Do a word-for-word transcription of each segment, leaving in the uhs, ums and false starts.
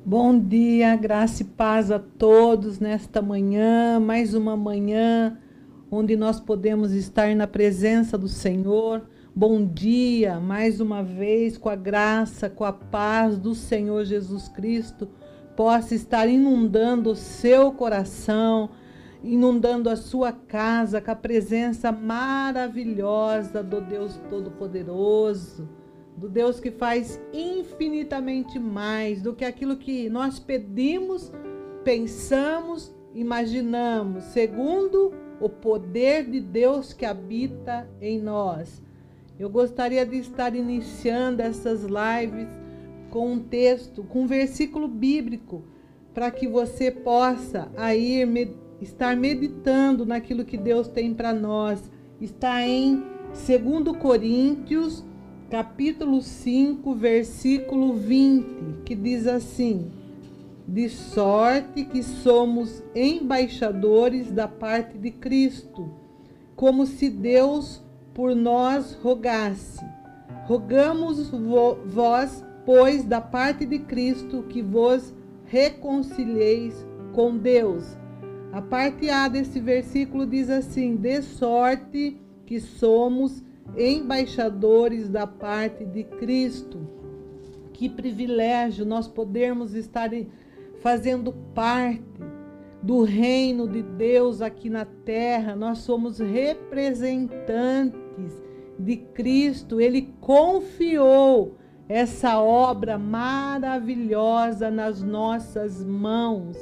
Bom dia, graça e paz a todos nesta manhã, mais uma manhã onde nós podemos estar na presença do Senhor. Bom dia, mais uma vez, com a graça, com a paz do Senhor Jesus Cristo, possa estar inundando o seu coração, inundando a sua casa com a presença maravilhosa do Deus Todo-Poderoso, do Deus que faz infinitamente mais do que aquilo que nós pedimos, pensamos, imaginamos, segundo o poder de Deus que habita em nós. Eu gostaria de estar iniciando essas lives com um texto, com um versículo bíblico, para que você possa aí med- estar meditando naquilo que Deus tem para nós. Está em segundo Coríntios, capítulo cinco, versículo vinte, que diz assim: de sorte que somos embaixadores da parte de Cristo, como se Deus por nós rogasse. Rogamos vós, pois, da parte de Cristo, que vos reconcilieis com Deus. A parte A desse versículo diz assim: de sorte que somos embaixadores da parte de Cristo. Que privilégio nós podermos estar fazendo parte do reino de Deus aqui na terra. Nós somos representantes de Cristo. Ele confiou essa obra maravilhosa nas nossas mãos.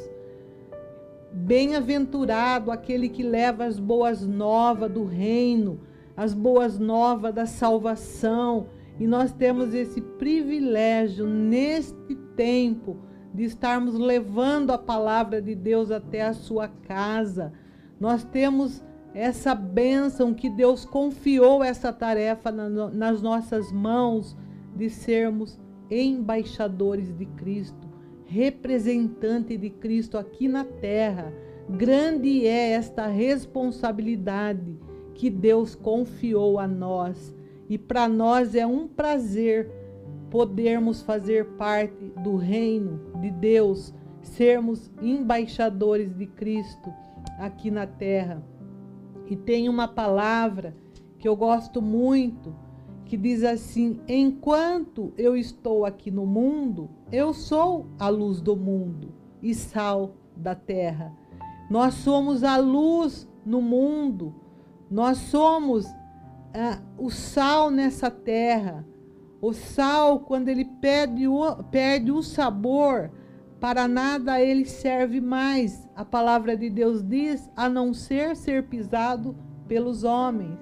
Bem-aventurado aquele que leva as boas novas do reino, as boas novas da salvação. E nós temos esse privilégio neste tempo de estarmos levando a palavra de Deus até a sua casa. Nós temos essa bênção que Deus confiou essa tarefa nas nossas mãos, de sermos embaixadores de Cristo, representante de Cristo aqui na terra. Grande é esta responsabilidade que Deus confiou a nós, e para nós é um prazer podermos fazer parte do reino de Deus, sermos embaixadores de Cristo aqui na terra. E tem uma palavra que eu gosto muito, que diz assim: enquanto eu estou aqui no mundo, eu sou a luz do mundo e sal da terra. Nós somos a luz no mundo. Nós somos ah, o sal nessa terra. O sal, quando ele perde o, perde o sabor, para nada ele serve mais. A palavra de Deus diz: a não ser ser pisado pelos homens.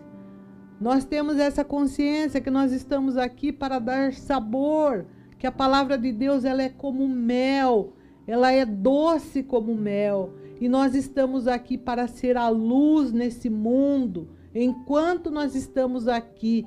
Nós temos essa consciência que nós estamos aqui para dar sabor, que a palavra de Deus ela é como mel, ela é doce como mel. E nós estamos aqui para ser a luz nesse mundo. Enquanto nós estamos aqui,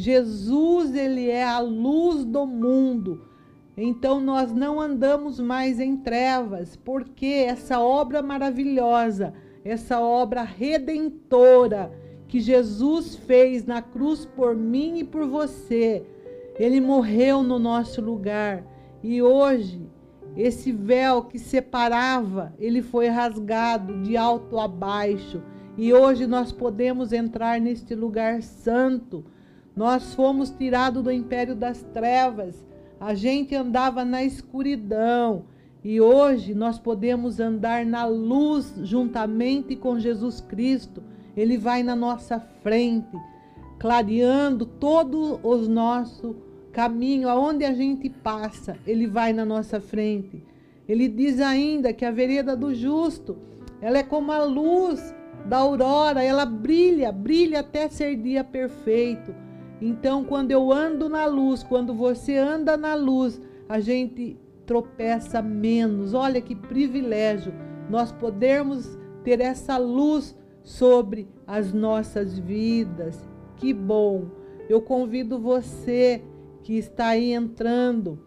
Jesus, ele é a luz do mundo. Então nós não andamos mais em trevas, porque essa obra maravilhosa, essa obra redentora que Jesus fez na cruz por mim e por você, ele morreu no nosso lugar. E hoje, esse véu que separava, ele foi rasgado de alto a baixo. E hoje nós podemos entrar neste lugar santo. Nós fomos tirados do império das trevas. A gente andava na escuridão. E hoje nós podemos andar na luz juntamente com Jesus Cristo. Ele vai na nossa frente, clareando todo o nosso caminho. Aonde a gente passa, ele vai na nossa frente. Ele diz ainda que a vereda do justo, ela é como a luz da aurora, ela brilha, brilha até ser dia perfeito. Então, quando eu ando na luz, quando você anda na luz, a gente tropeça menos. Olha que privilégio nós podermos ter essa luz sobre as nossas vidas. Que bom! Eu convido você que está aí entrando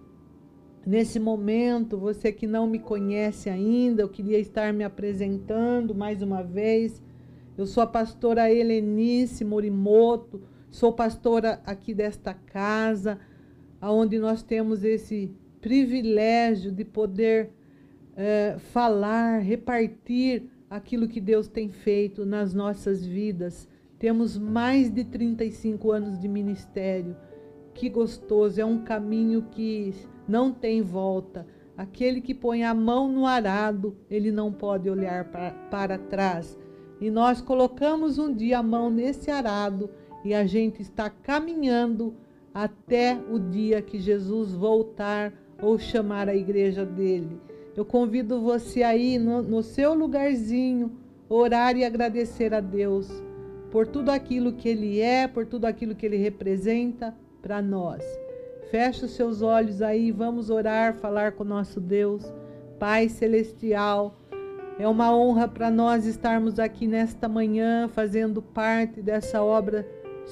nesse momento, você que não me conhece ainda, eu queria estar me apresentando mais uma vez. Eu sou a pastora Helenice Morimoto, sou pastora aqui desta casa, onde nós temos esse privilégio de poder é, falar, repartir aquilo que Deus tem feito nas nossas vidas. Temos mais de trinta e cinco anos de ministério. Que gostoso, é um caminho que não tem volta. Aquele que põe a mão no arado, ele não pode olhar para, para trás. E nós colocamos um dia a mão nesse arado e a gente está caminhando até o dia que Jesus voltar ou chamar a igreja dele. Eu convido você aí no, no seu lugarzinho, orar e agradecer a Deus por tudo aquilo que Ele é, por tudo aquilo que Ele representa para nós. Feche os seus olhos aí, vamos orar, falar com o nosso Deus. Pai Celestial, é uma honra para nós estarmos aqui nesta manhã, fazendo parte dessa obra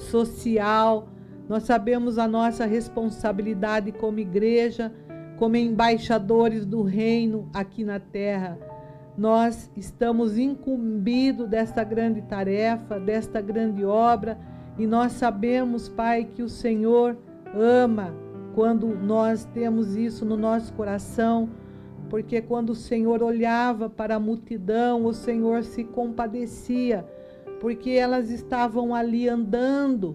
social. Nós sabemos a nossa responsabilidade como igreja, como embaixadores do reino aqui na terra. Nós estamos incumbidos desta grande tarefa, desta grande obra, e nós sabemos, Pai, que o Senhor ama quando nós temos isso no nosso coração, porque quando o Senhor olhava para a multidão, o Senhor se compadecia, porque elas estavam ali andando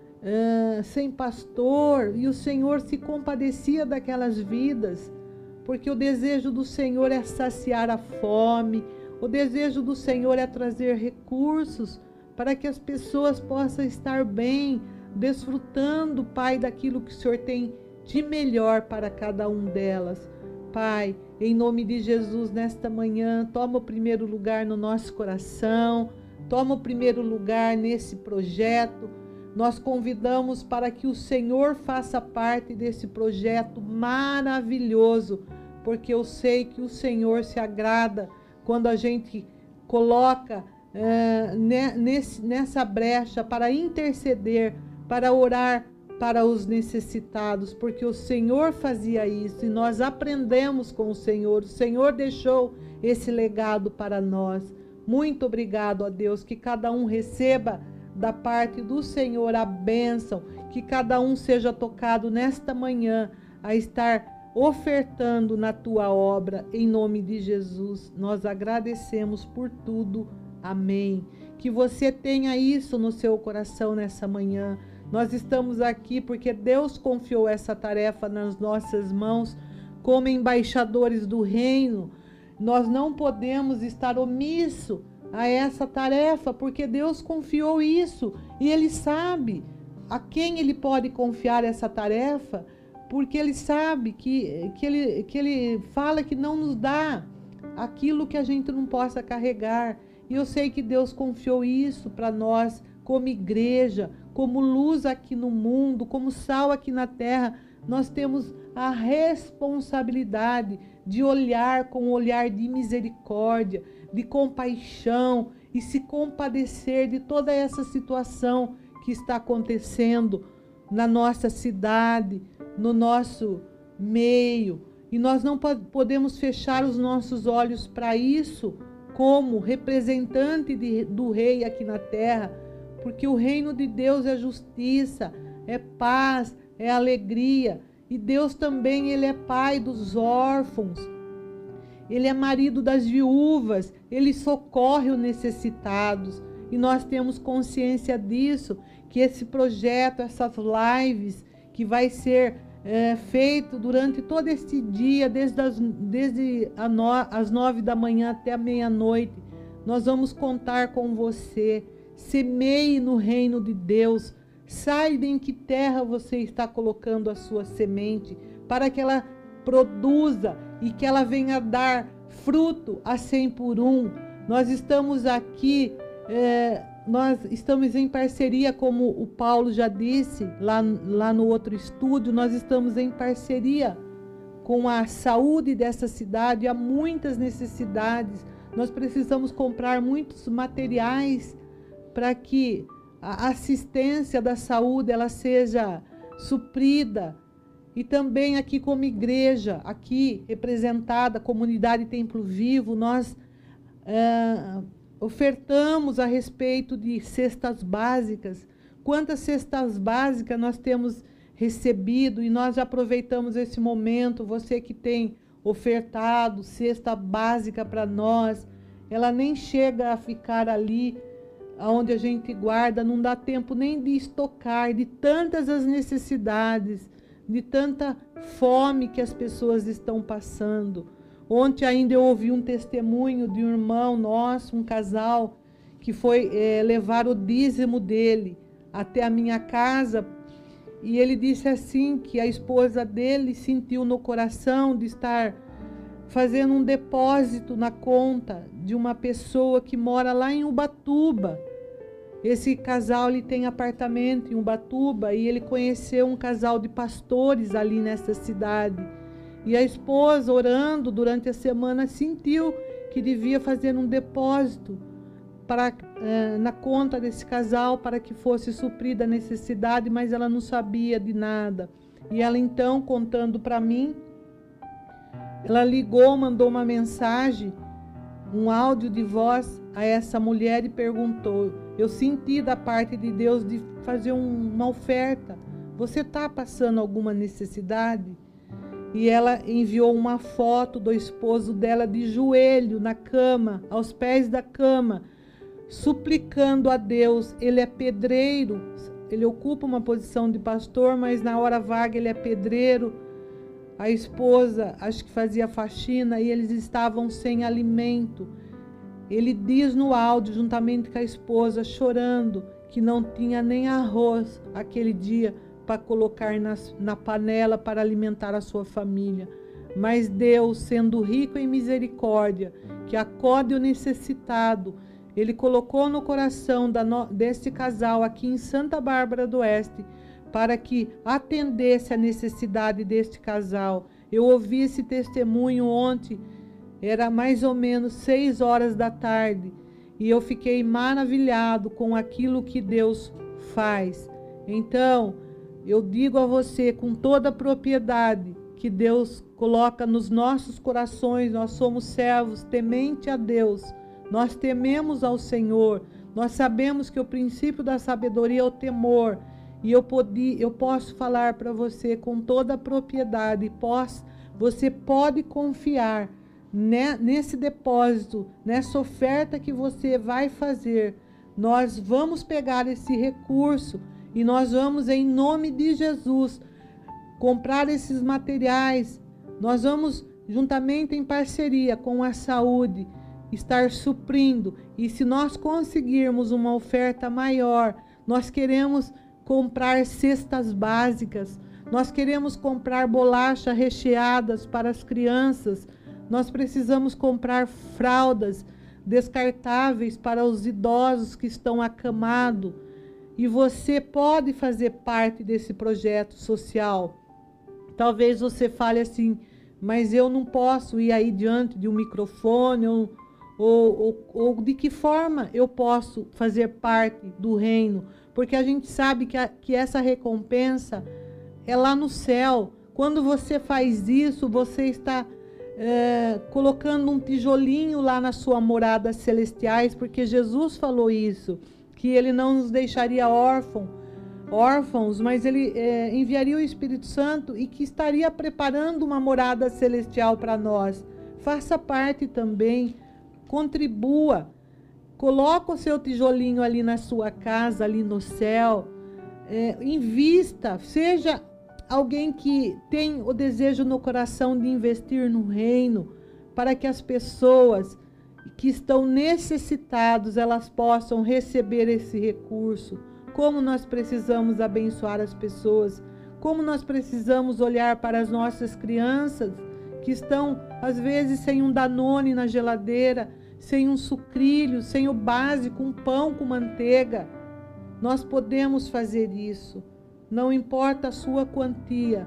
uh, sem pastor, e o Senhor se compadecia daquelas vidas, porque o desejo do Senhor é saciar a fome, o desejo do Senhor é trazer recursos para que as pessoas possam estar bem, desfrutando, Pai, daquilo que o Senhor tem de melhor para cada um delas. Pai, em nome de Jesus, nesta manhã, toma o primeiro lugar no nosso coração, toma o primeiro lugar nesse projeto. Nós convidamos para que o Senhor faça parte desse projeto maravilhoso, porque eu sei que o Senhor se agrada quando a gente coloca é, nesse, nessa brecha para interceder, para orar para os necessitados, porque o Senhor fazia isso e nós aprendemos com o Senhor. O Senhor deixou esse legado para nós. Muito obrigado a Deus, que cada um receba da parte do Senhor a bênção, que cada um seja tocado nesta manhã a estar ofertando na tua obra, em nome de Jesus. Nós agradecemos por tudo. Amém. Que você tenha isso no seu coração nessa manhã. Nós estamos aqui porque Deus confiou essa tarefa nas nossas mãos como embaixadores do reino. Nós não podemos estar omissos a essa tarefa, porque Deus confiou isso e Ele sabe a quem Ele pode confiar essa tarefa, porque Ele sabe que, que, ele, que Ele fala que não nos dá aquilo que a gente não possa carregar. E eu sei que Deus confiou isso para nós como igreja, como luz aqui no mundo, como sal aqui na terra. Nós temos a responsabilidade de olhar com um olhar de misericórdia, de compaixão e se compadecer de toda essa situação que está acontecendo na nossa cidade, no nosso meio. E nós não podemos fechar os nossos olhos para isso como representante de, do rei aqui na terra, porque o reino de Deus é justiça, é paz, é alegria. E Deus também, Ele é pai dos órfãos, Ele é marido das viúvas, Ele socorre os necessitados. E nós temos consciência disso, que esse projeto, essas lives, que vai ser é, feito durante todo esse dia, desde as, desde a no, as nove da manhã até a meia-noite, nós vamos contar com você. Semeie no reino de Deus. Saiba em que terra você está colocando a sua semente, para que ela produza e que ela venha dar fruto a cem por um. Nós estamos aqui, é, nós estamos em parceria, como o Paulo já disse lá, lá no outro estúdio, nós estamos em parceria com a saúde dessa cidade. Há muitas necessidades, nós precisamos comprar muitos materiais para que a assistência da saúde ela seja suprida. E também aqui como igreja, aqui representada, a comunidade Templo Vivo, nós é, ofertamos a respeito de cestas básicas. Quantas cestas básicas nós temos recebido, e nós aproveitamos esse momento. Você que tem ofertado cesta básica para nós, ela nem chega a ficar ali onde a gente guarda, não dá tempo nem de estocar, de tantas as necessidades, de tanta fome que as pessoas estão passando. Ontem ainda eu ouvi um testemunho de um irmão nosso, um casal, que foi é, levar o dízimo dele até a minha casa, e ele disse assim, que a esposa dele sentiu no coração de estar fazendo um depósito na conta de uma pessoa que mora lá em Ubatuba. Esse casal, ele tem apartamento em Ubatuba, e ele conheceu um casal de pastores ali nessa cidade. E a esposa, orando durante a semana, sentiu que devia fazer um depósito para, eh, na conta desse casal, para que fosse suprida a necessidade, mas ela não sabia de nada. E ela então, contando para mim, ela ligou, mandou uma mensagem, um áudio de voz a essa mulher e perguntou: eu senti da parte de Deus de fazer um, uma oferta. Você está passando alguma necessidade? E ela enviou uma foto do esposo dela de joelho na cama, aos pés da cama, suplicando a Deus. Ele é pedreiro, ele ocupa uma posição de pastor, mas na hora vaga ele é pedreiro. A esposa, acho que fazia faxina, e eles estavam sem alimento. Ele diz no áudio, juntamente com a esposa, chorando, que não tinha nem arroz aquele dia para colocar na, na panela para alimentar a sua família. Mas Deus, sendo rico em misericórdia, que acode o necessitado, Ele colocou no coração da, deste casal aqui em Santa Bárbara do Oeste, para que atendesse a necessidade deste casal. Eu ouvi esse testemunho ontem, era mais ou menos seis horas da tarde, e eu fiquei maravilhado com aquilo que Deus faz. Então, eu digo a você com toda a propriedade que Deus coloca nos nossos corações. Nós somos servos temente a Deus, nós tememos ao Senhor, nós sabemos que o princípio da sabedoria é o temor. E eu, podi, eu posso falar para você com toda a propriedade, pós, você pode confiar né, nesse depósito, nessa oferta que você vai fazer. Nós vamos pegar esse recurso e nós vamos, em nome de Jesus, comprar esses materiais. Nós vamos, juntamente em parceria com a saúde, estar suprindo. E se nós conseguirmos uma oferta maior, nós queremos comprar cestas básicas, nós queremos comprar bolacha recheadas para as crianças, nós precisamos comprar fraldas descartáveis para os idosos que estão acamados. E você pode fazer parte desse projeto social. Talvez você fale assim, mas eu não posso ir aí diante de um microfone, ou, ou, ou, ou de que forma eu posso fazer parte do reino? Porque a gente sabe que, a, que essa recompensa é lá no céu. Quando você faz isso, você está é, colocando um tijolinho lá na sua morada celestiais, porque Jesus falou isso, que Ele não nos deixaria órfão, órfãos, mas Ele é, enviaria o Espírito Santo e que estaria preparando uma morada celestial para nós. Faça parte também, contribua. Coloca o seu tijolinho ali na sua casa, ali no céu. É, invista, seja alguém que tem o desejo no coração de investir no reino, para que as pessoas que estão necessitadas, elas possam receber esse recurso. Como nós precisamos abençoar as pessoas, como nós precisamos olhar para as nossas crianças que estão, às vezes, sem um Danone na geladeira, sem um sucrilho, sem o básico, um pão com manteiga. Nós podemos fazer isso. Não importa a sua quantia,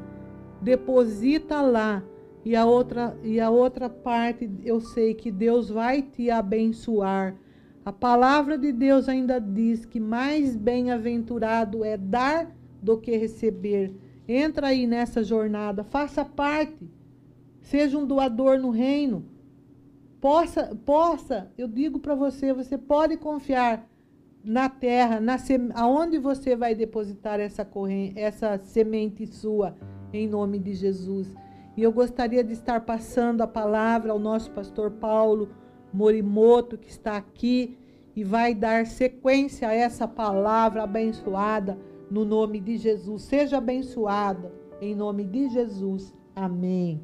deposita lá. E a outra, e a outra parte, eu sei que Deus vai te abençoar. A palavra de Deus ainda diz que mais bem-aventurado é dar do que receber. Entra aí nessa jornada, faça parte. Seja um doador no reino. Possa, possa, eu digo para você, você pode confiar. na terra, na sem... aonde você vai depositar essa corrente, essa semente sua, em nome de Jesus. E eu gostaria de estar passando a palavra ao nosso pastor Paulo Morimoto, que está aqui, e vai dar sequência a essa palavra abençoada, no nome de Jesus. Seja abençoada, em nome de Jesus. Amém.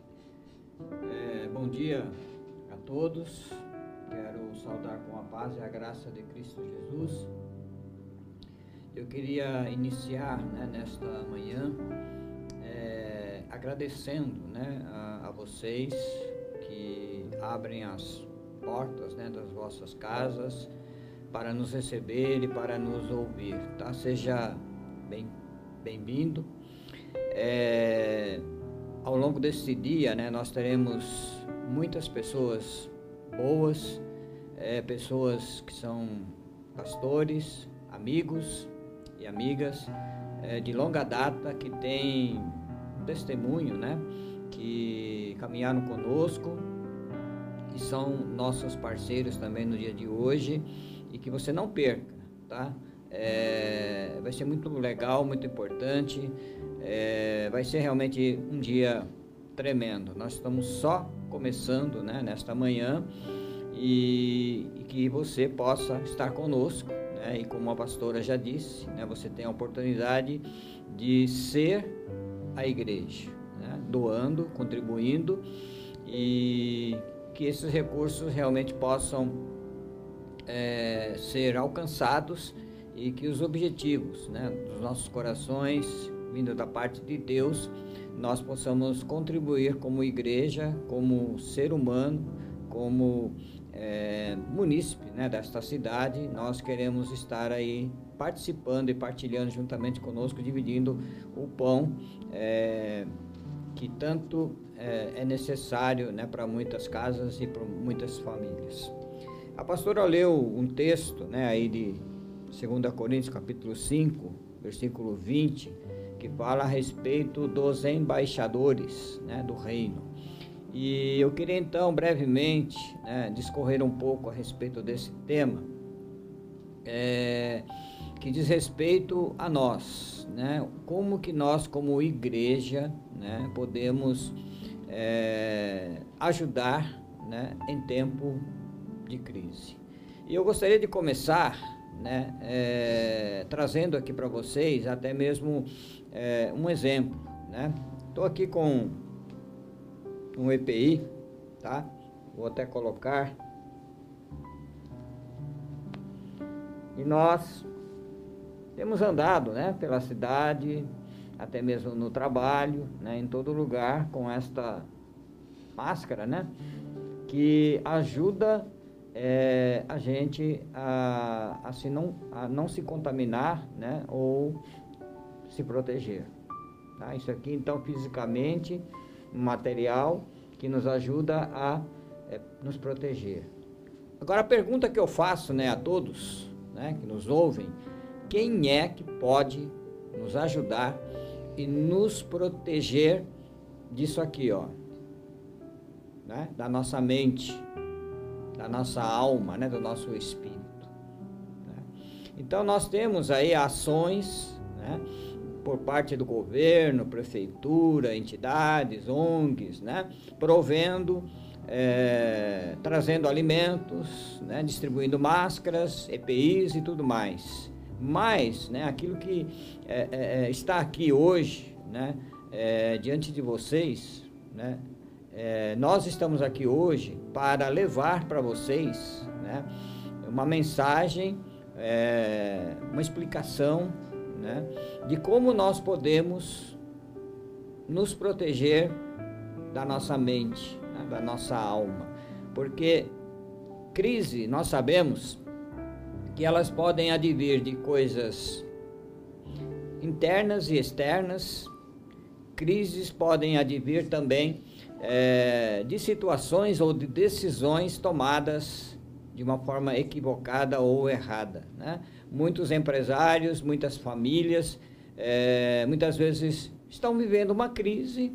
É, bom dia a todos. Quero saudar com a paz e a graça de Cristo Jesus. Eu queria iniciar, né, nesta manhã é, agradecendo, né, a, a vocês que abrem as portas, né, das vossas casas para nos receber e para nos ouvir, tá? Seja bem, bem-vindo. É, ao longo desse dia, né, nós teremos muitas pessoas boas, é, pessoas que são pastores, amigos e amigas é, de longa data, que têm um testemunho, né, que caminharam conosco e são nossos parceiros também no dia de hoje, e que você não perca, tá? É, vai ser muito legal, muito importante, é, vai ser realmente um dia tremendo. Nós estamos só começando, né, nesta manhã, e, e que você possa estar conosco, né, e como a pastora já disse, né, você tem a oportunidade de ser a igreja, né, doando, contribuindo, e que esses recursos realmente possam é, ser alcançados, e que os objetivos, né, dos nossos corações, vindo da parte de Deus, nós possamos contribuir como igreja, como ser humano, como é, munícipe, né, desta cidade. Nós queremos estar aí participando e partilhando juntamente conosco, dividindo o pão é, que tanto é, é necessário, né, para muitas casas e para muitas famílias. A pastora leu um texto, né, aí de segunda Coríntios capítulo cinco, versículo vinte, que fala a respeito dos embaixadores, né, do reino. E eu queria então brevemente, né, discorrer um pouco a respeito desse tema, é, que diz respeito a nós, né, como que nós como igreja, né, podemos é, ajudar, né, em tempo de crise. E eu gostaria de começar, né, é, trazendo aqui para vocês até mesmo é, um exemplo, né? Estou aqui com um E P I, tá? Vou até colocar. E nós temos andado, né, pela cidade, até mesmo no trabalho, né, em todo lugar, com esta máscara, né, que ajuda É, a gente a, a, se não, a não se contaminar, né, ou se proteger, tá? Isso aqui então fisicamente um material que nos ajuda a é, nos proteger. Agora a pergunta que eu faço, né, a todos, né, que nos ouvem: quem é que pode nos ajudar e nos proteger disso aqui, ó, né, da nossa mente, da nossa alma, né, do nosso espírito, né? Então nós temos aí ações, né, por parte do governo, prefeitura, entidades, O N Gs, né, provendo, é, trazendo alimentos, né, distribuindo máscaras, E P Is e tudo mais. Mas, né, aquilo que é, é, está aqui hoje, né, é, diante de vocês, né, É, nós estamos aqui hoje para levar para vocês, né, uma mensagem, é, uma explicação, né, de como nós podemos nos proteger da nossa mente, né, da nossa alma. Porque crise, nós sabemos que elas podem advir de coisas internas e externas. Crises podem advir também É, de situações ou de decisões tomadas de uma forma equivocada ou errada, né? Muitos empresários, muitas famílias, é, muitas vezes estão vivendo uma crise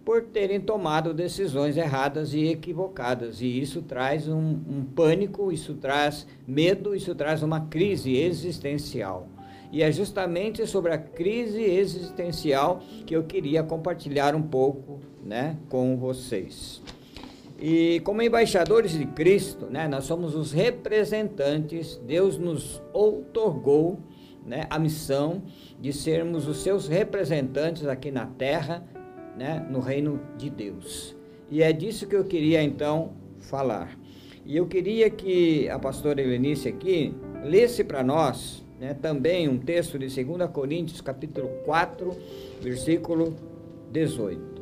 por terem tomado decisões erradas e equivocadas. E isso traz um, um pânico, isso traz medo, isso traz uma crise existencial. E é justamente sobre a crise existencial que eu queria compartilhar um pouco, né, com vocês. E como embaixadores de Cristo, né, nós somos os representantes. Deus nos outorgou, né, a missão de sermos os seus representantes aqui na terra, né, no reino de Deus. E é disso que eu queria então falar. E eu queria que a pastora Helenice aqui lesse para nós, né, também um texto de segunda Coríntios capítulo quatro, versículo dezoito.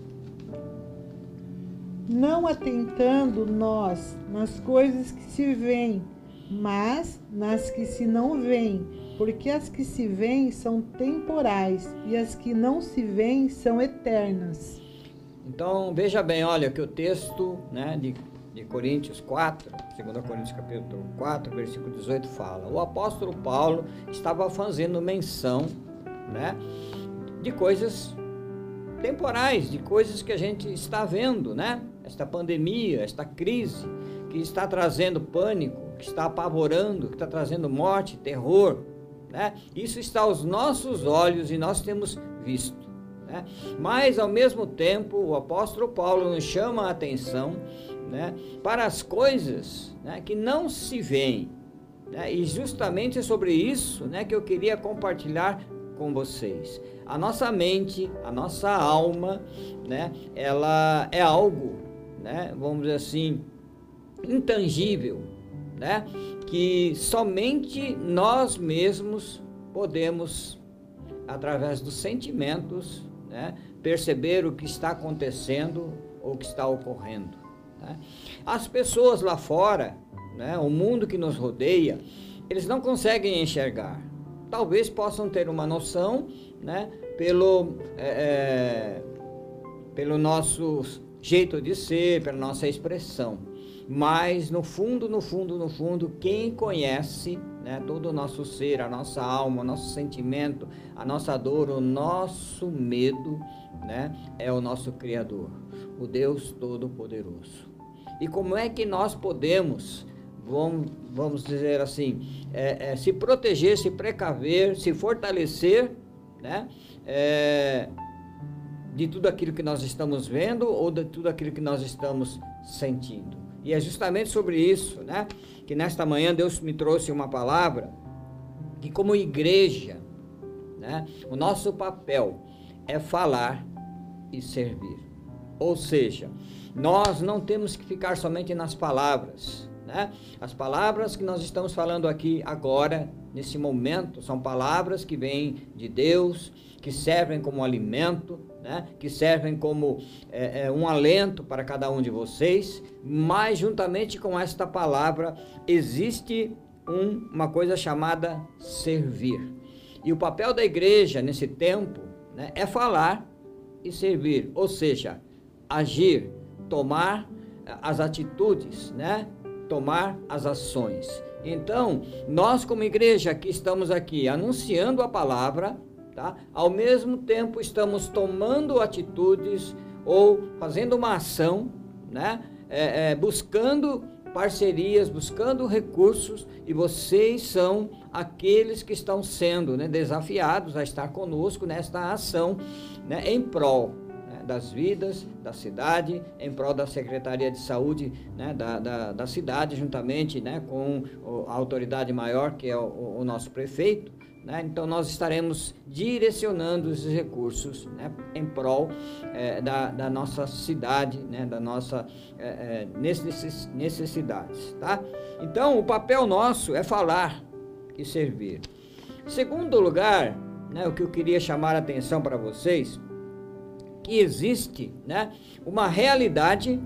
Não atentando nós nas coisas que se veem, mas nas que se não veem, porque as que se veem são temporais e as que não se veem são eternas. Então, veja bem, olha que o texto, né, de, de Coríntios quatro, segunda Coríntios capítulo quatro, versículo dezoito fala: o apóstolo Paulo estava fazendo menção, né, de coisas temporais, de coisas que a gente está vendo, né? Esta pandemia, esta crise que está trazendo pânico, que está apavorando, que está trazendo morte, terror, né? Isso está aos nossos olhos e nós temos visto, né? Mas ao mesmo tempo o apóstolo Paulo nos chama a atenção, né, para as coisas, né, que não se veem, né? E justamente é sobre isso, né, que eu queria compartilhar com vocês. A nossa mente, a nossa alma, né, ela é algo, né, vamos dizer assim, intangível, né, que somente nós mesmos podemos, através dos sentimentos, né, perceber o que está acontecendo ou o que está ocorrendo, né? As pessoas lá fora, né, o mundo que nos rodeia, eles não conseguem enxergar. Talvez possam ter uma noção, né, pelo, é, pelo nosso jeito de ser, pela nossa expressão. Mas no fundo, no fundo, no fundo, quem conhece, né, todo o nosso ser, a nossa alma, o nosso sentimento, a nossa dor, o nosso medo, né, é o nosso Criador, o Deus Todo-Poderoso. E como é que nós podemos, vamos, vamos dizer assim, é, é, se proteger, se precaver, se fortalecer, né, é, de tudo aquilo que nós estamos vendo ou de tudo aquilo que nós estamos sentindo? E é justamente sobre isso, né, que nesta manhã Deus me trouxe uma palavra que, como igreja, né, o nosso papel é falar e servir. Ou seja, nós não temos que ficar somente nas palavras, né? As palavras que nós estamos falando aqui agora, nesse momento, são palavras que vêm de Deus, que servem como alimento, né? Que servem como é, é, um alento para cada um de vocês, mas juntamente com esta palavra existe um, uma coisa chamada servir. E o papel da igreja nesse tempo, né, é falar e servir, ou seja, agir, tomar as atitudes, né? Tomar as ações. Então, nós como igreja que estamos aqui anunciando a palavra, tá? Ao mesmo tempo estamos tomando atitudes ou fazendo uma ação, né? É, é, buscando parcerias, buscando recursos, e vocês são aqueles que estão sendo, né, desafiados a estar conosco nesta ação, né, em prol, né, das vidas da cidade, em prol da Secretaria de Saúde, né, da, da, da cidade, juntamente, né, com a autoridade maior, que é o, o nosso prefeito, né? Então nós estaremos direcionando esses recursos, né, em prol é, da, da nossa cidade, né, da nossa é, é, necessidades, tá? Então o papel nosso é falar e servir. Segundo lugar, né, o que eu queria chamar a atenção para vocês, que existe, né, uma realidade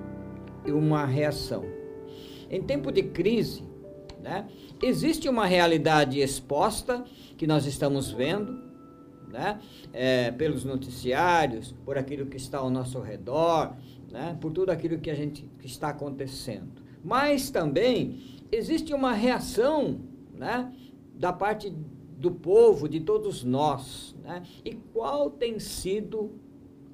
e uma reação. Em tempo de crise, né, existe uma realidade exposta que nós estamos vendo, né, é, pelos noticiários, por aquilo que está ao nosso redor, né, por tudo aquilo que a gente que está acontecendo. Mas também existe uma reação, né, da parte do povo, de todos nós, né? E qual tem sido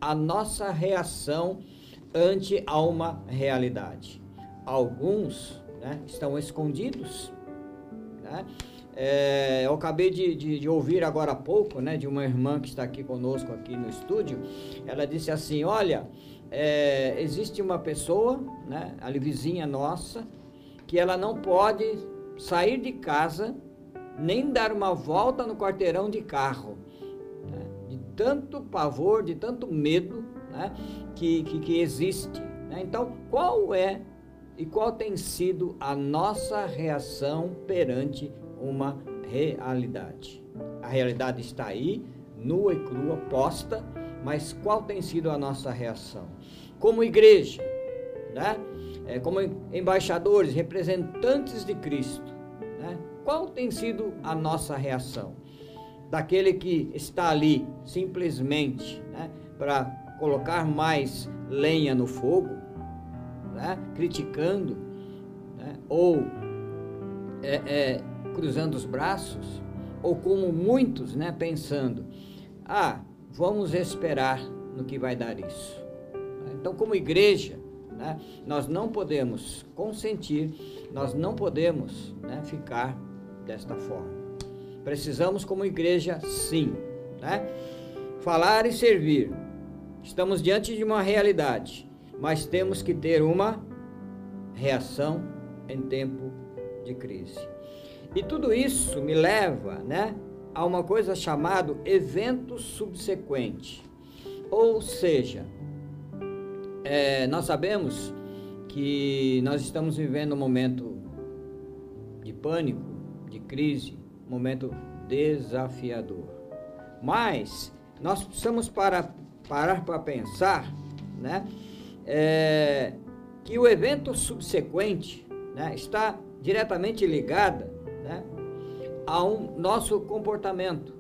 a nossa reação ante a uma realidade. Alguns, né, estão escondidos, né? É, eu acabei de, de, de ouvir agora há pouco, né, de uma irmã que está aqui conosco aqui no estúdio. Ela disse assim, olha, é, existe uma pessoa, né, ali vizinha nossa, que ela não pode sair de casa, nem dar uma volta no quarteirão de carro, né, de tanto pavor, de tanto medo, né, que, que, que existe, né? Então, qual é e qual tem sido a nossa reação perante uma realidade? A realidade está aí, nua e crua, posta, mas qual tem sido a nossa reação? Como igreja, né? É, como embaixadores, representantes de Cristo, né? Qual tem sido a nossa reação? Daquele que está ali simplesmente, né, para colocar mais lenha no fogo, né, criticando, né, ou é, é, cruzando os braços, ou como muitos, né, pensando, ah, vamos esperar no que vai dar isso. Então, como igreja, né, nós não podemos consentir, nós não podemos, né, ficar desta forma. Precisamos, como igreja, sim, né, falar e servir. Estamos diante de uma realidade, mas temos que ter uma reação em tempo de crise. E tudo isso me leva, né, a uma coisa chamada evento subsequente. Ou seja, é, nós sabemos que nós estamos vivendo um momento de pânico, de crise, um momento desafiador. Mas nós precisamos para, parar para pensar, né, é, que o evento subsequente, né, está diretamente ligado, né, a um nosso comportamento,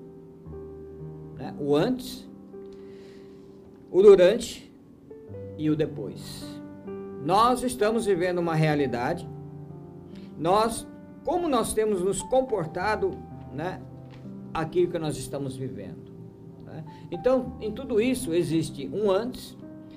né, o antes, o durante e o depois. Nós estamos vivendo uma realidade, nós, como nós temos nos comportado, né, aquilo que nós estamos vivendo, né? Então, em tudo isso existe um antes,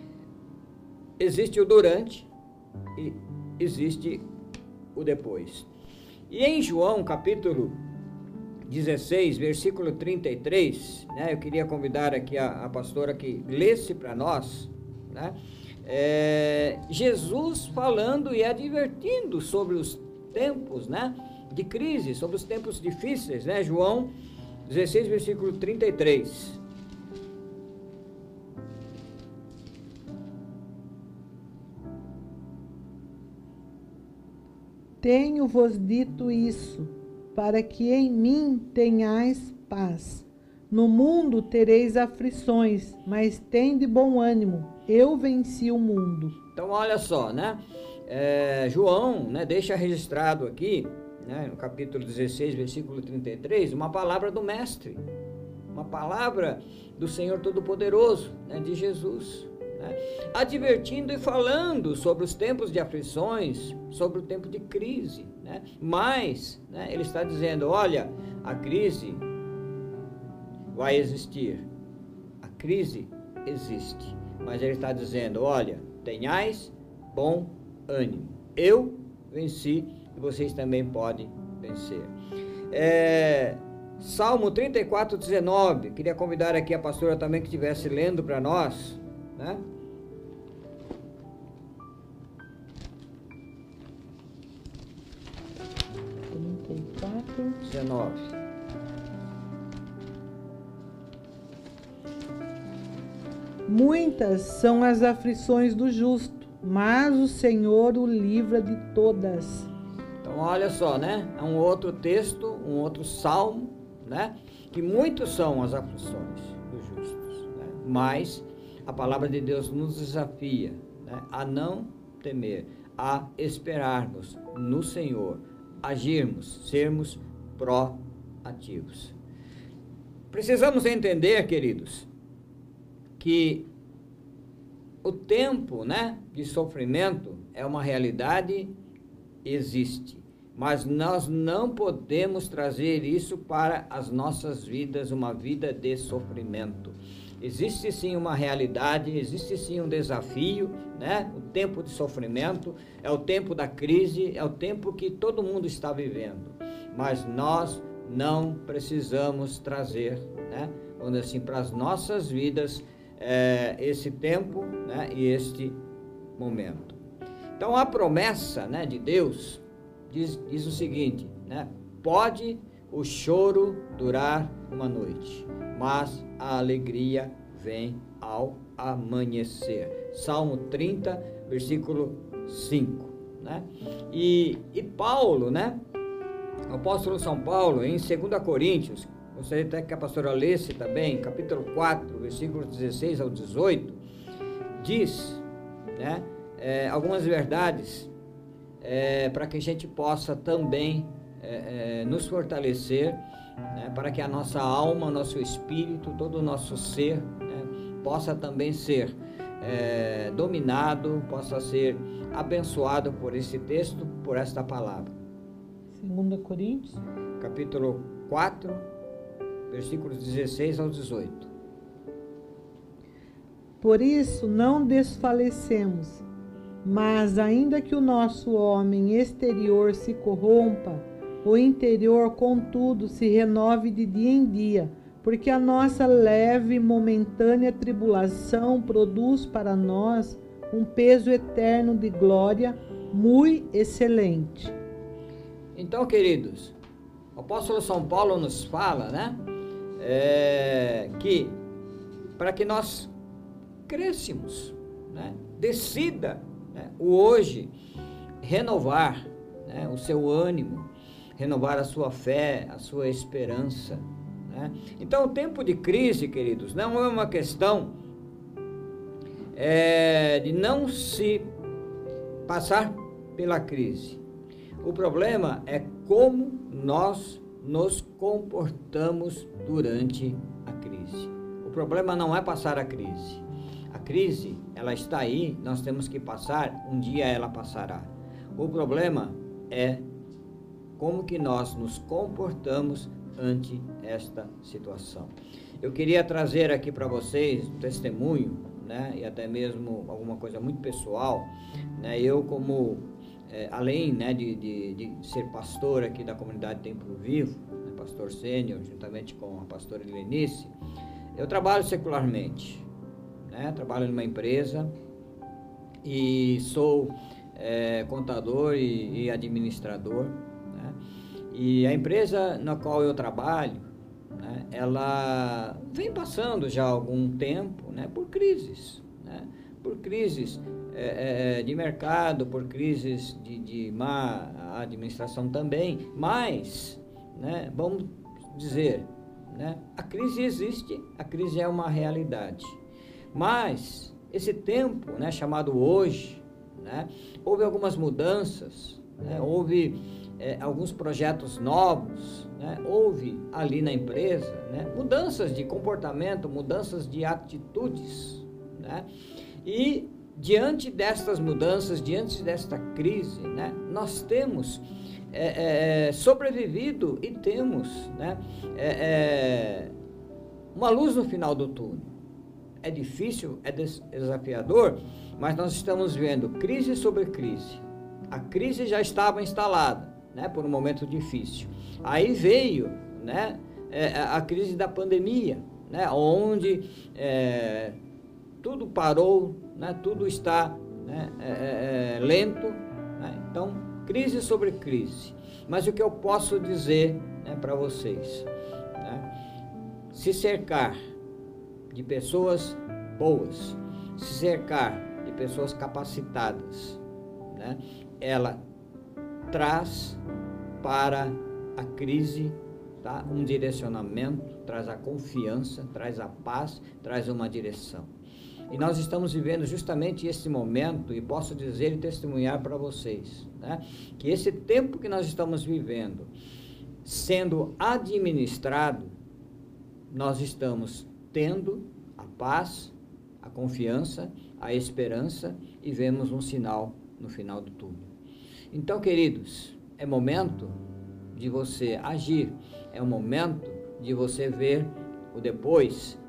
existe o durante e existe o depois. E em João capítulo dezesseis, versículo trinta e três, né, eu queria convidar aqui a, a pastora que lesse para nós, né, é, Jesus falando e advertindo sobre os tempos, né, de crise, sobre os tempos difíceis, né? João dezesseis, versículo trinta e três. Tenho-vos dito isso, para que em mim tenhais paz. No mundo tereis aflições, mas tende bom ânimo, eu venci o mundo. Então, olha só, né? É, João, né, deixa registrado aqui, né, no capítulo dezesseis, versículo trinta e três, uma palavra do Mestre, uma palavra do Senhor Todo-Poderoso, né, de Jesus, né, advertindo e falando sobre os tempos de aflições, sobre o tempo de crise, né, mas, né, ele está dizendo, olha, a crise vai existir, a crise existe, mas ele está dizendo, olha, tenhais bom ânimo, eu venci e vocês também podem vencer. É, Salmo trinta e quatro, dezenove, queria convidar aqui a pastora também que estivesse lendo para nós, né? trinta e quatro, dezenove. Muitas são as aflições do justo, mas o Senhor o livra de todas. Então, olha só, né? É um outro texto, um outro salmo, né? Que muitos são as aflições dos justos, né? Mas a palavra de Deus nos desafia, né, a não temer, a esperarmos no Senhor, agirmos, sermos proativos. Precisamos entender, queridos, que o tempo, né, de sofrimento é uma realidade, existe, mas nós não podemos trazer isso para as nossas vidas, uma vida de sofrimento. existe sim uma realidade, existe sim um desafio, né? O tempo de sofrimento, é o tempo da crise, é o tempo que todo mundo está vivendo. Mas nós não precisamos trazer, né, vamos dizer assim, para as nossas vidas é, esse tempo, né, e este momento. Então a promessa, né, de Deus diz, diz o seguinte, né, pode o choro durar uma noite, mas a alegria vem ao amanhecer. Salmo trinta, versículo cinco, né? E, e Paulo, né? O apóstolo São Paulo, em segunda Coríntios, gostaria até que a pastora lesse também, capítulo quatro, versículos dezesseis ao dezoito, diz, né, é, algumas verdades é, para que a gente possa também é, é, nos fortalecer, né, para que a nossa alma, nosso espírito, todo o nosso ser, né, possa também ser é, dominado, possa ser abençoado por esse texto, por esta palavra. segunda Coríntios, capítulo quatro, versículos dezesseis ao dezoito. Por isso não desfalecemos, mas ainda que o nosso homem exterior se corrompa, o interior, contudo, se renove de dia em dia, porque a nossa leve e momentânea tribulação produz para nós um peso eterno de glória muito excelente. Então, queridos, o apóstolo São Paulo nos fala, né, é, que para que nós crescemos, né, decida, né, o hoje renovar, né, o seu ânimo, renovar a sua fé, a sua esperança, né? Então, o tempo de crise, queridos, não é uma questão é, de não se passar pela crise. O problema é como nós nos comportamos durante a crise. O problema não é passar a crise. A crise, ela está aí, nós temos que passar, um dia ela passará. O problema é como que nós nos comportamos ante esta situação. Eu queria trazer aqui para vocês um testemunho, né, e até mesmo alguma coisa muito pessoal, né, eu como, é, além, né, de, de, de ser pastor aqui da comunidade Templo Vivo, né, pastor sênior, juntamente com a pastora Helenice, eu trabalho secularmente, né, trabalho numa empresa e sou é, contador e, e administrador, né, e a empresa na qual eu trabalho, né, ela vem passando já há algum tempo, né, por crises, né, por crises é, é, de mercado, por crises de, de má administração também, mas, né, vamos dizer, né, a crise existe, a crise é uma realidade, mas esse tempo, né, chamado hoje, né, houve algumas mudanças, né, houve é, alguns projetos novos, né, houve ali na empresa, né, mudanças de comportamento, mudanças de atitudes, né, e diante destas mudanças, diante desta crise, né, nós temos é, é, sobrevivido e temos, né, é, é, uma luz no final do túnel. É difícil, é desafiador, mas nós estamos vendo crise sobre crise. A crise já estava instalada, né, por um momento difícil. Aí veio, né, a crise da pandemia, né, onde é, tudo parou, né, tudo está, né, é, é, lento, né, então crise sobre crise. Mas o que eu posso dizer, né, para vocês, né, se cercar de pessoas boas, se cercar de pessoas capacitadas, né, ela traz para a crise, tá, um direcionamento, traz a confiança, traz a paz, traz uma direção. E nós estamos vivendo justamente esse momento, e posso dizer e testemunhar para vocês, né, que esse tempo que nós estamos vivendo, sendo administrado, nós estamos tendo a paz, a confiança, a esperança, e vemos um sinal no final do túnel. Então, queridos, é momento de você agir, é o momento de você ver o depois,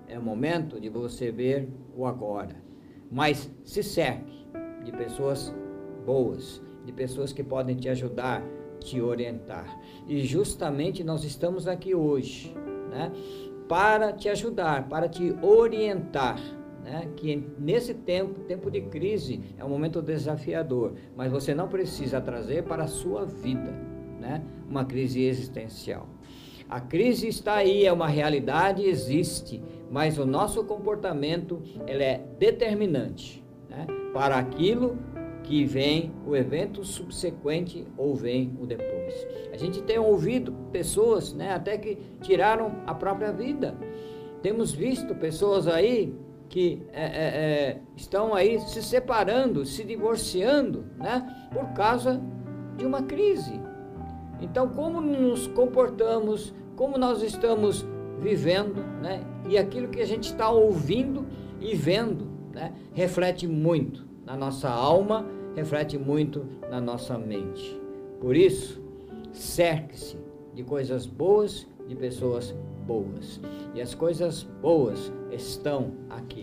é o momento de você ver o agora. Mas se cerque de pessoas boas, de pessoas que podem te ajudar, te orientar. E justamente nós estamos aqui hoje, né, para te ajudar, para te orientar, né, que nesse tempo, tempo de crise, é um momento desafiador, mas você não precisa trazer para a sua vida, né, uma crise existencial. A crise está aí, é uma realidade, existe, mas o nosso comportamento, ele é determinante, né, para aquilo que vem o evento subsequente ou vem o depois. A gente tem ouvido pessoas, né, até que tiraram a própria vida. Temos visto pessoas aí que é, é, é, estão aí se separando, se divorciando, né, por causa de uma crise. Então, como nos comportamos, como nós estamos vivendo, né, e aquilo que a gente está ouvindo e vendo, né, reflete muito na nossa alma, reflete muito na nossa mente. Por isso, cerque-se de coisas boas, de pessoas boas. E as coisas boas estão aqui.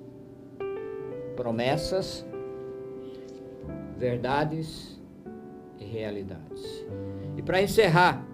Promessas, verdades e realidades. E para encerrar,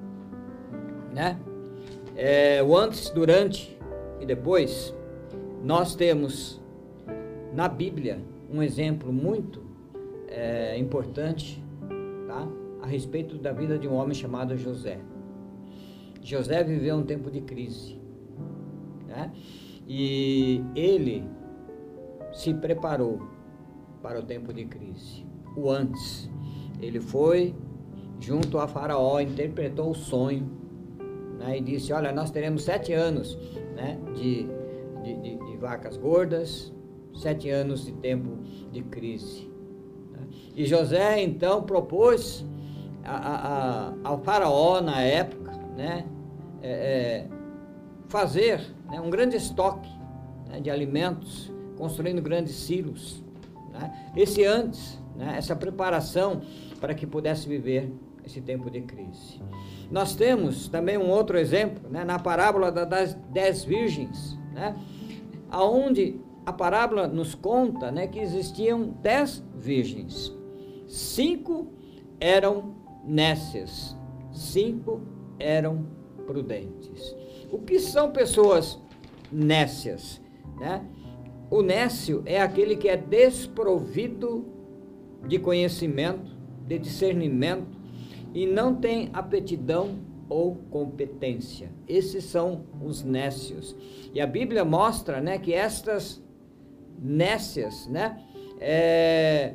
né, é, o antes, durante e depois, nós temos na Bíblia um exemplo muito é, importante, tá, a respeito da vida de um homem chamado José. José viveu um tempo de crise, né, e ele se preparou para o tempo de crise. O antes, ele foi junto a Faraó, interpretou o sonho, né, e disse: olha, nós teremos sete anos, né, de, de, de, de vacas gordas, sete anos de tempo de crise. Né? E José então propôs a, a, a, ao Faraó na época, né, é, é, fazer, né, um grande estoque, né, de alimentos, construindo grandes silos. Né? Esse antes, né, essa preparação para que pudesse viver esse tempo de crise. Nós temos também um outro exemplo, né, na parábola das dez virgens, né, aonde a parábola nos conta, né, que existiam dez virgens. Cinco eram nécias, cinco eram prudentes. O que são pessoas nécias, né? O nécio é aquele que é desprovido de conhecimento, de discernimento e não tem aptidão ou competência. Esses são os nécios. E a Bíblia mostra, né, que estas nécias, né, é,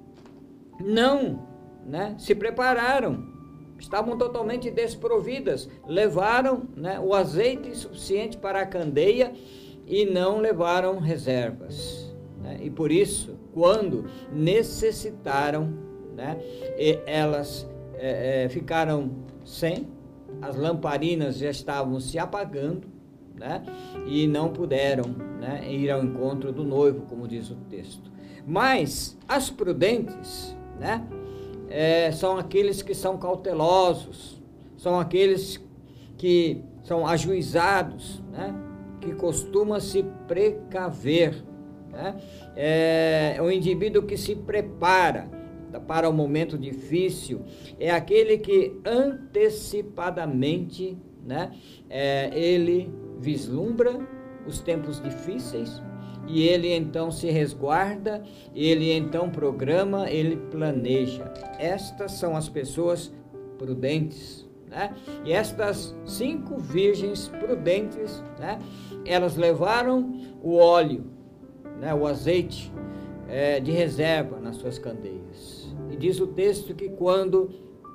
não, né, se prepararam, estavam totalmente desprovidas, levaram, né, o azeite suficiente para a candeia e não levaram reservas, né, e por isso, quando necessitaram, né, elas é, é, ficaram sem, as lamparinas já estavam se apagando, né, e não puderam, né, ir ao encontro do noivo, como diz o texto. Mas as prudentes, né, é, são aqueles que são cautelosos, são aqueles que são ajuizados, né, que costuma se precaver, né, é, é o indivíduo que se prepara para o momento difícil, é aquele que antecipadamente, né, é, ele vislumbra os tempos difíceis e ele então se resguarda, ele então programa, ele planeja. Estas são as pessoas prudentes, né? E estas cinco virgens prudentes, né, elas levaram o óleo, né, o azeite é, de reserva nas suas candeias. E diz o texto que quando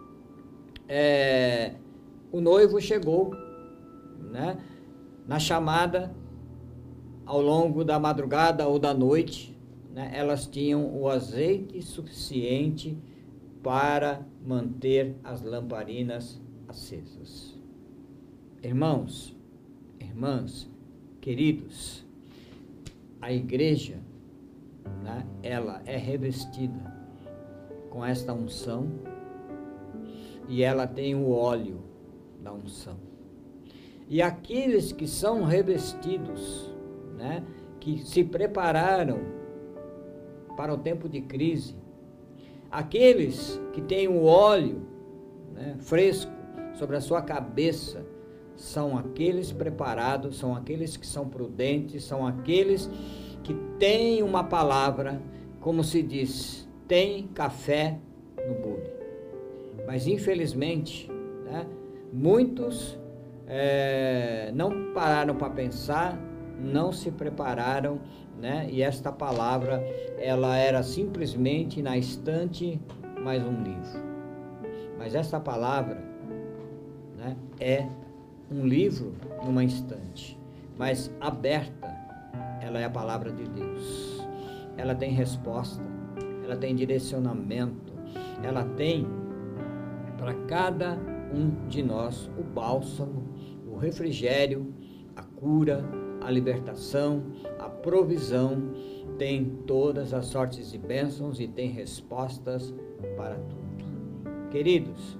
é, o noivo chegou, né, na chamada, ao longo da madrugada ou da noite, né, elas tinham o azeite suficiente para manter as lamparinas acesas. Irmãos, irmãs, queridos, a igreja, né, ela é revestida com esta unção e ela tem o óleo da unção. E aqueles que são revestidos, né, que se prepararam para o tempo de crise, aqueles que têm o óleo, né, fresco sobre a sua cabeça, são aqueles preparados, são aqueles que são prudentes, são aqueles que têm uma palavra, como se diz, tem café no bule. Mas infelizmente, né, muitos é, não pararam para pensar, não se prepararam, né, e esta palavra, ela era simplesmente na estante mais um livro. Mas essa palavra, né, é um livro numa estante, mas aberta, ela é a palavra de Deus. Ela tem resposta, ela tem direcionamento, ela tem para cada um de nós o bálsamo, o refrigério, a cura, a libertação, a provisão, tem todas as sortes de bênçãos e tem respostas para tudo. Queridos,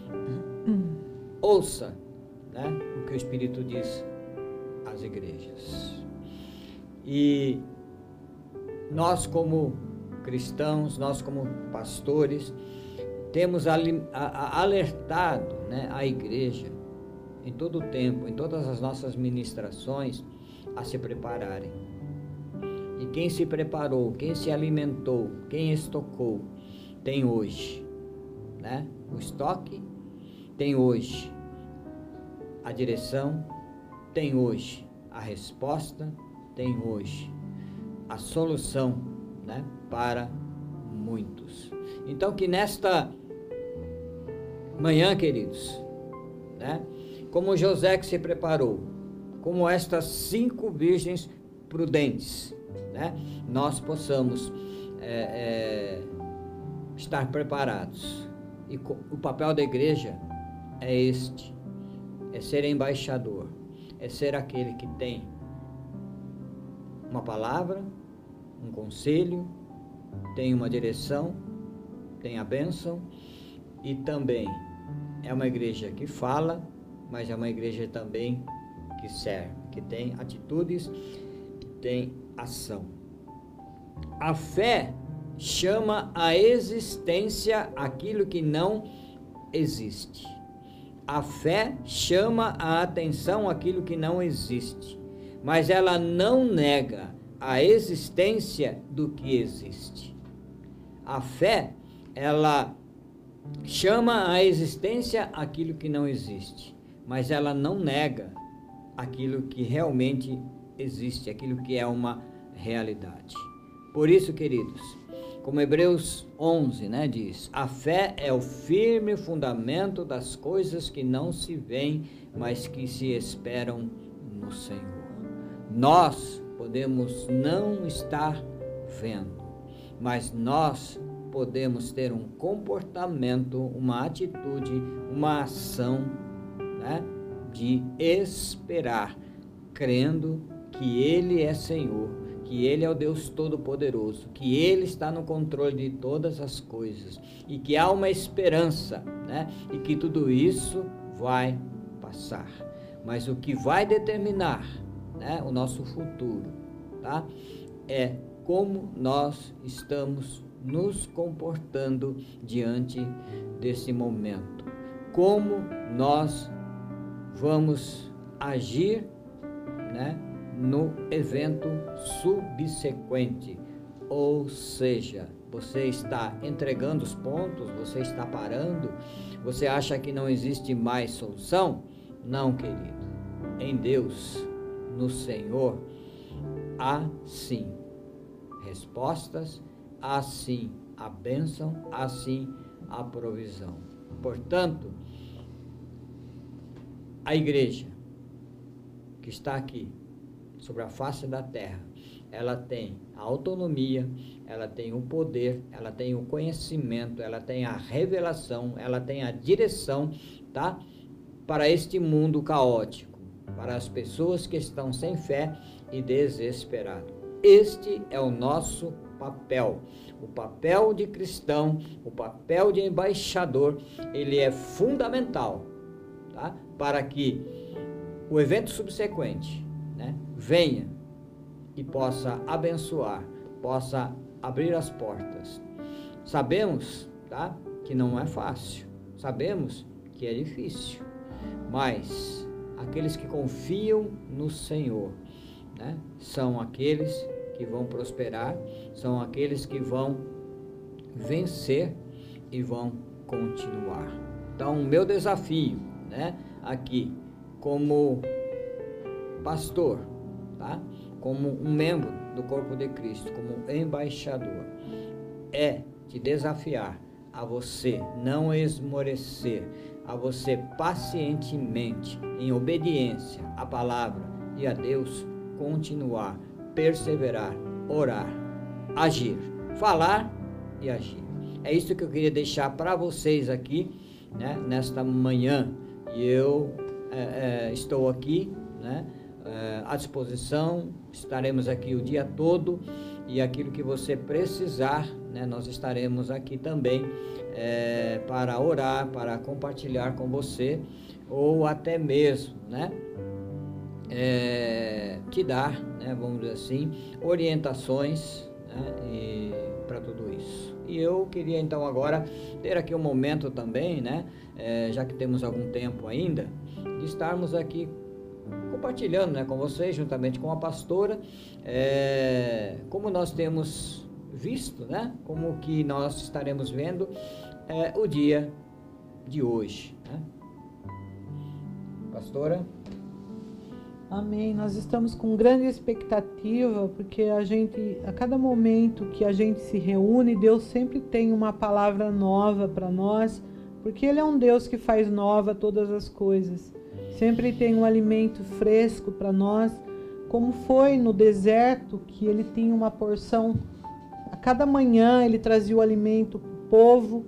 ouça, né, o que o Espírito diz às igrejas. E nós como cristãos, nós como pastores, temos alertado, né, a igreja em todo o tempo, em todas as nossas ministrações, a se prepararem. E quem se preparou, quem se alimentou, quem estocou, tem hoje, né, o estoque, tem hoje a direção, tem hoje a resposta, tem hoje a solução, né, para muitos. Então, que nesta manhã, queridos, né, como José que se preparou, como estas cinco virgens prudentes, né, nós possamos é, é, estar preparados. E o papel da igreja é este, é ser embaixador, é ser aquele que tem uma palavra, um conselho, tem uma direção, tem a bênção, e também é uma igreja que fala, mas é uma igreja também que serve, que tem atitudes, que tem ação. A fé chama à existência aquilo que não existe. A fé chama a atenção aquilo que não existe, mas ela não nega a existência do que existe. A fé, ela chama a existência aquilo que não existe, mas ela não nega aquilo que realmente existe, aquilo que é uma realidade. Por isso, queridos, como Hebreus onze, né, diz, a fé é o firme fundamento das coisas que não se veem, mas que se esperam no Senhor. Nós podemos não estar vendo, mas nós podemos ter um comportamento, uma atitude, uma ação, né, de esperar, crendo que Ele é Senhor, que Ele é o Deus Todo-Poderoso, que Ele está no controle de todas as coisas e que há uma esperança, né, e que tudo isso vai passar. Mas o que vai determinar, né, o nosso futuro, tá, é como nós estamos nos comportando diante desse momento, como nós vamos agir, né, no evento subsequente. Ou seja, você está entregando os pontos, você está parando, você acha que não existe mais solução? Não, querido. Em Deus, no Senhor, há sim respostas, há sim a bênção, há sim a provisão. Portanto, a igreja que está aqui sobre a face da terra, ela tem a autonomia, ela tem o poder, ela tem o conhecimento, ela tem a revelação, ela tem a direção, tá? Para este mundo caótico, para as pessoas que estão sem fé e desesperadas. Este é o nosso papel. O papel de cristão, o papel de embaixador, ele é fundamental, tá? Para que o evento subsequente, né, venha e possa abençoar, possa abrir as portas. Sabemos, tá, que não é fácil, sabemos que é difícil, mas aqueles que confiam no Senhor, né, são aqueles que vão prosperar, são aqueles que vão vencer e vão continuar. Então, o meu desafio, né, aqui, como pastor, tá, como um membro do corpo de Cristo, como embaixador, é te desafiar a você não esmorecer, a você pacientemente, em obediência à palavra e a Deus, continuar, perseverar, orar, agir, falar e agir. É isso que eu queria deixar para vocês aqui, né, nesta manhã. E eu é, é, estou aqui, né, é, à disposição, estaremos aqui o dia todo, e aquilo que você precisar, né, nós estaremos aqui também é, para orar, para compartilhar com você, ou até mesmo, né, é, te dar, né, vamos dizer assim, orientações, né, e para tudo isso. E eu queria então agora ter aqui um momento também, né, é, já que temos algum tempo ainda, de estarmos aqui compartilhando, né, com vocês, juntamente com a pastora, é, como nós temos visto, né, como que nós estaremos vendo é, o dia de hoje, né? Pastora? Amém. Nós estamos com grande expectativa, porque a gente, a cada momento que a gente se reúne, Deus sempre tem uma palavra nova para nós, porque Ele é um Deus que faz nova todas as coisas. Sempre tem um alimento fresco para nós, como foi no deserto, que Ele tinha uma porção, a cada manhã Ele trazia o alimento para o povo,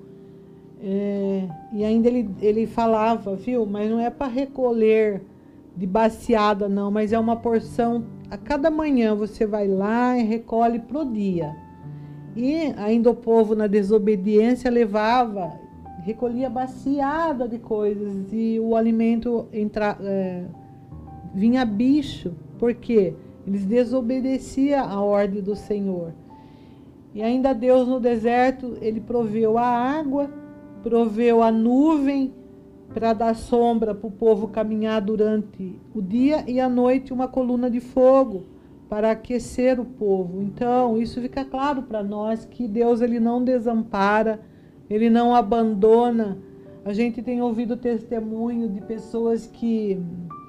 é, e ainda ele, ele falava, viu, mas não é para recolher de baciada não, mas é uma porção, a cada manhã você vai lá e recolhe pro dia. E ainda o povo na desobediência levava, recolhia baciada de coisas, e o alimento entra, é, vinha bicho, porque eles desobedeciam a ordem do Senhor. E ainda Deus no deserto, Ele proveu a água, proveu a nuvem, para dar sombra para o povo caminhar durante o dia, e à noite uma coluna de fogo para aquecer o povo. Então, isso fica claro para nós que Deus, Ele não desampara, Ele não abandona. A gente tem ouvido testemunho de pessoas que,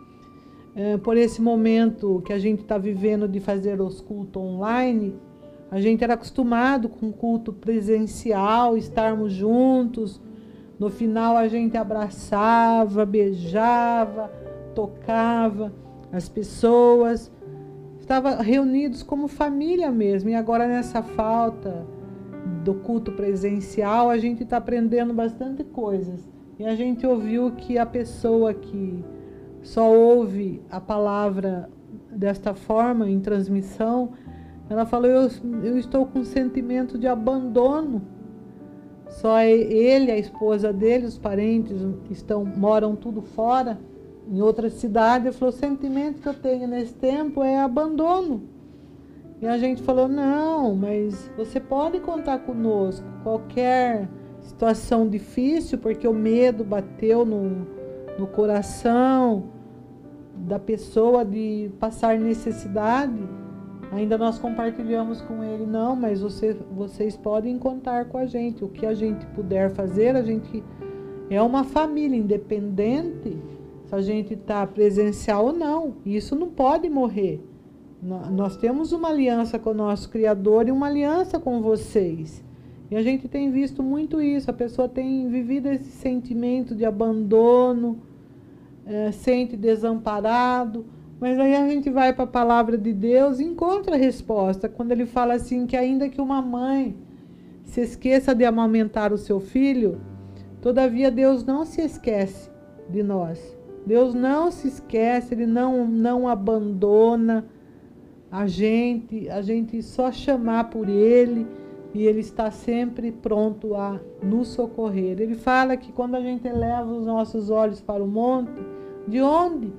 é, por esse momento que a gente está vivendo de fazer os cultos online, a gente era acostumado com culto presencial, estarmos juntos. No final a gente abraçava, beijava, tocava as pessoas, estava reunidos como família mesmo. E agora nessa falta do culto presencial, a gente está aprendendo bastante coisas. E a gente ouviu que a pessoa que só ouve a palavra desta forma, em transmissão, ela falou, eu, eu estou com um sentimento de abandono. Só ele, a esposa dele, os parentes estão, moram tudo fora, em outra cidade. Ele falou, o sentimento que eu tenho nesse tempo é abandono. E a gente falou, não, mas você pode contar conosco. Qualquer situação difícil, porque o medo bateu no, no coração da pessoa de passar necessidade. Ainda nós compartilhamos com ele, não, mas você, vocês podem contar com a gente. O que a gente puder fazer, a gente é uma família independente, se a gente está presencial ou não. Isso não pode morrer. Nós temos uma aliança com o nosso Criador e uma aliança com vocês. E a gente tem visto muito isso. A pessoa tem vivido esse sentimento de abandono, é, sente desamparado. Mas aí a gente vai para a palavra de Deus e encontra a resposta. Quando ele fala assim, que ainda que uma mãe se esqueça de amamentar o seu filho, todavia Deus não se esquece de nós. Deus não se esquece, Ele não, não abandona a gente, a gente só chamar por Ele e Ele está sempre pronto a nos socorrer. Ele fala que quando a gente eleva os nossos olhos para o monte, de onde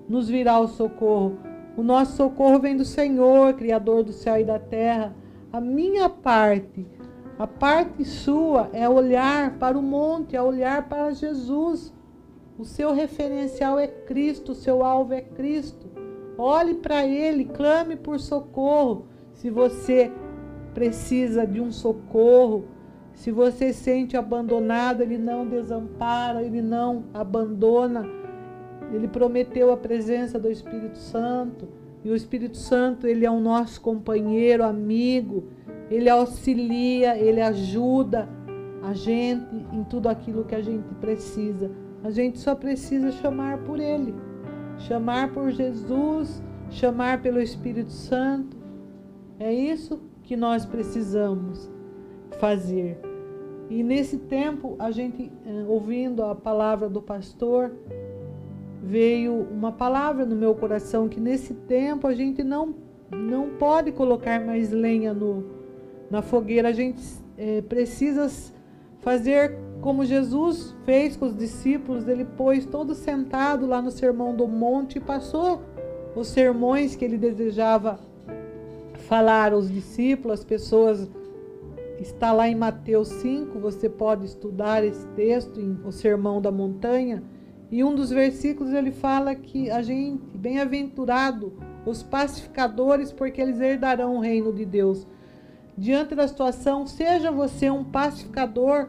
nos virá o socorro. O nosso socorro vem do Senhor, Criador do céu e da terra. A minha parte, a parte sua é olhar para o monte, é olhar para Jesus. O seu referencial é Cristo, o seu alvo é Cristo. Olhe para Ele, clame por socorro. Se você precisa de um socorro, se você se sente abandonado, Ele não desampara, Ele não abandona. Ele prometeu a presença do Espírito Santo. E o Espírito Santo, Ele é o nosso companheiro, amigo. Ele auxilia, Ele ajuda a gente em tudo aquilo que a gente precisa. A gente só precisa chamar por Ele. Chamar por Jesus, chamar pelo Espírito Santo. É isso que nós precisamos fazer. E nesse tempo, a gente, ouvindo a palavra do pastor, veio uma palavra no meu coração que nesse tempo a gente não, não pode colocar mais lenha no, na fogueira. A gente é, precisa fazer como Jesus fez com os discípulos. Ele pôs todo sentado lá no Sermão do Monte e passou os sermões que ele desejava falar aos discípulos. As pessoas, está lá em Mateus cinco, você pode estudar esse texto, em o Sermão da Montanha. E um dos versículos ele fala que a gente, bem-aventurado os pacificadores, porque eles herdarão o reino de Deus. Diante da situação, seja você um pacificador,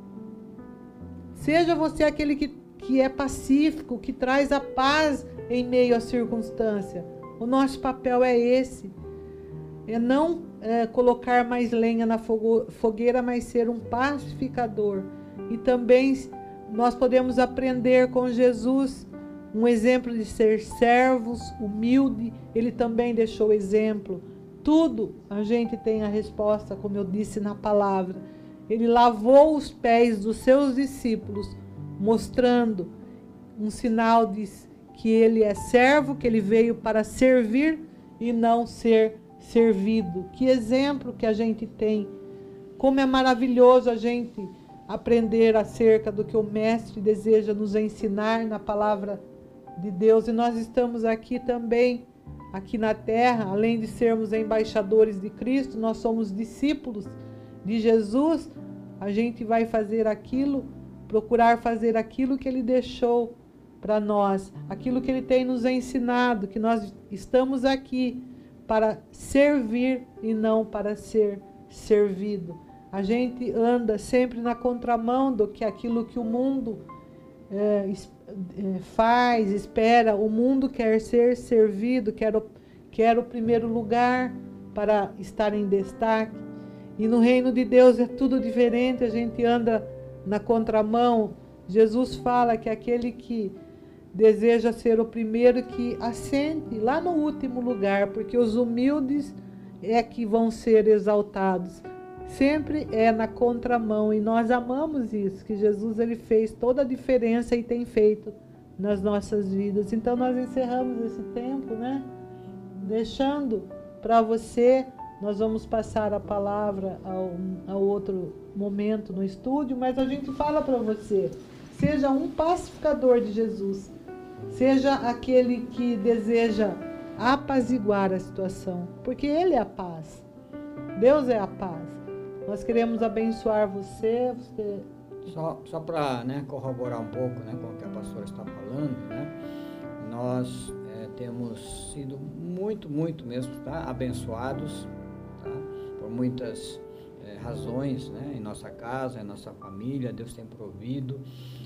seja você aquele que, que é pacífico, que traz a paz em meio à circunstância. O nosso papel é esse, é não é, colocar mais lenha na fogueira, mas ser um pacificador. E também nós podemos aprender com Jesus um exemplo de ser servos, humilde. Ele também deixou exemplo. Tudo a gente tem a resposta, como eu disse na palavra. Ele lavou os pés dos seus discípulos, mostrando um sinal de que ele é servo, que ele veio para servir e não ser servido. Que exemplo que a gente tem. Como é maravilhoso a gente aprender acerca do que o Mestre deseja nos ensinar na palavra de Deus. E nós estamos aqui também, aqui na terra, além de sermos embaixadores de Cristo, nós somos discípulos de Jesus. A gente vai fazer aquilo, procurar fazer aquilo que Ele deixou para nós, aquilo que Ele tem nos ensinado, que nós estamos aqui para servir e não para ser servido. A gente anda sempre na contramão do que aquilo que o mundo é, é, faz, espera. O mundo quer ser servido, quer o, quer o primeiro lugar para estar em destaque. E no reino de Deus é tudo diferente, a gente anda na contramão. Jesus fala que aquele que deseja ser o primeiro que assente lá no último lugar, porque os humildes é que vão ser exaltados. Sempre é na contramão, e nós amamos isso, que Jesus ele fez toda a diferença e tem feito nas nossas vidas. Então nós encerramos esse tempo, né? Deixando para você, nós vamos passar a palavra ao, ao outro momento no estúdio, mas a gente fala para você, seja um pacificador de Jesus, seja aquele que deseja apaziguar a situação, porque Ele é a paz, Deus é a paz. Nós queremos abençoar você. você... Só, só para né, corroborar um pouco né, com o que a pastora está falando, né, nós é, temos sido muito, muito mesmo tá, abençoados tá, por muitas é, razões né, em nossa casa, em nossa família. Deus tem provido,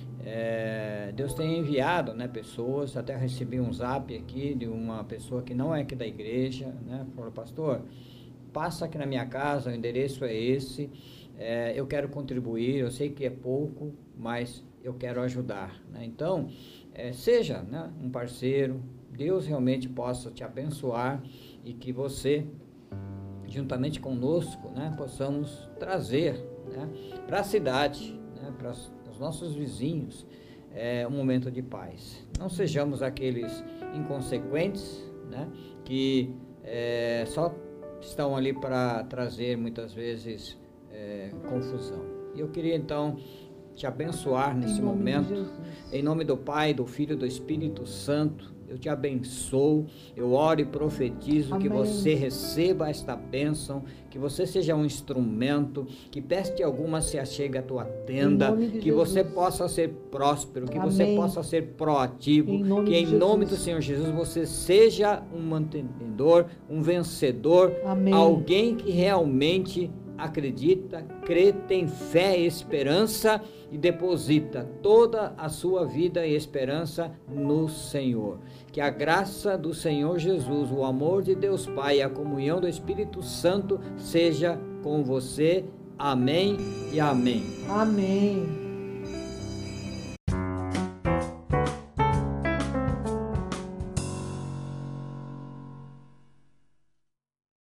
é, Deus tem enviado né, pessoas. Até recebi um zap aqui de uma pessoa que não é aqui da igreja, né, falou: pastor, passa aqui na minha casa, o endereço é esse, é, eu quero contribuir, eu sei que é pouco, mas eu quero ajudar. Né? Então, é, seja né, um parceiro, Deus realmente possa te abençoar e que você, juntamente conosco, né, possamos trazer né, para a cidade, né, para os nossos vizinhos, é, um momento de paz. Não sejamos aqueles inconsequentes né, que é, só estão ali para trazer muitas vezes é, confusão. E eu queria então te abençoar nesse Em nome de momento. Jesus. Em nome do Pai, do Filho e do Espírito Santo, eu te abençoo, eu oro e profetizo que Amém. você receba esta bênção, que você seja um instrumento, que peste alguma se achegue à tua tenda, Em nome de que Jesus. você possa ser próspero, que Amém. você possa ser proativo, Em nome que de em nome do Jesus. Senhor Jesus você seja um mantenedor, um vencedor, Amém. alguém que realmente acredita, crê, tem fé e esperança e deposita toda a sua vida e esperança no Senhor. Que a graça do Senhor Jesus, o amor de Deus Pai e a comunhão do Espírito Santo seja com você. Amém e amém. Amém.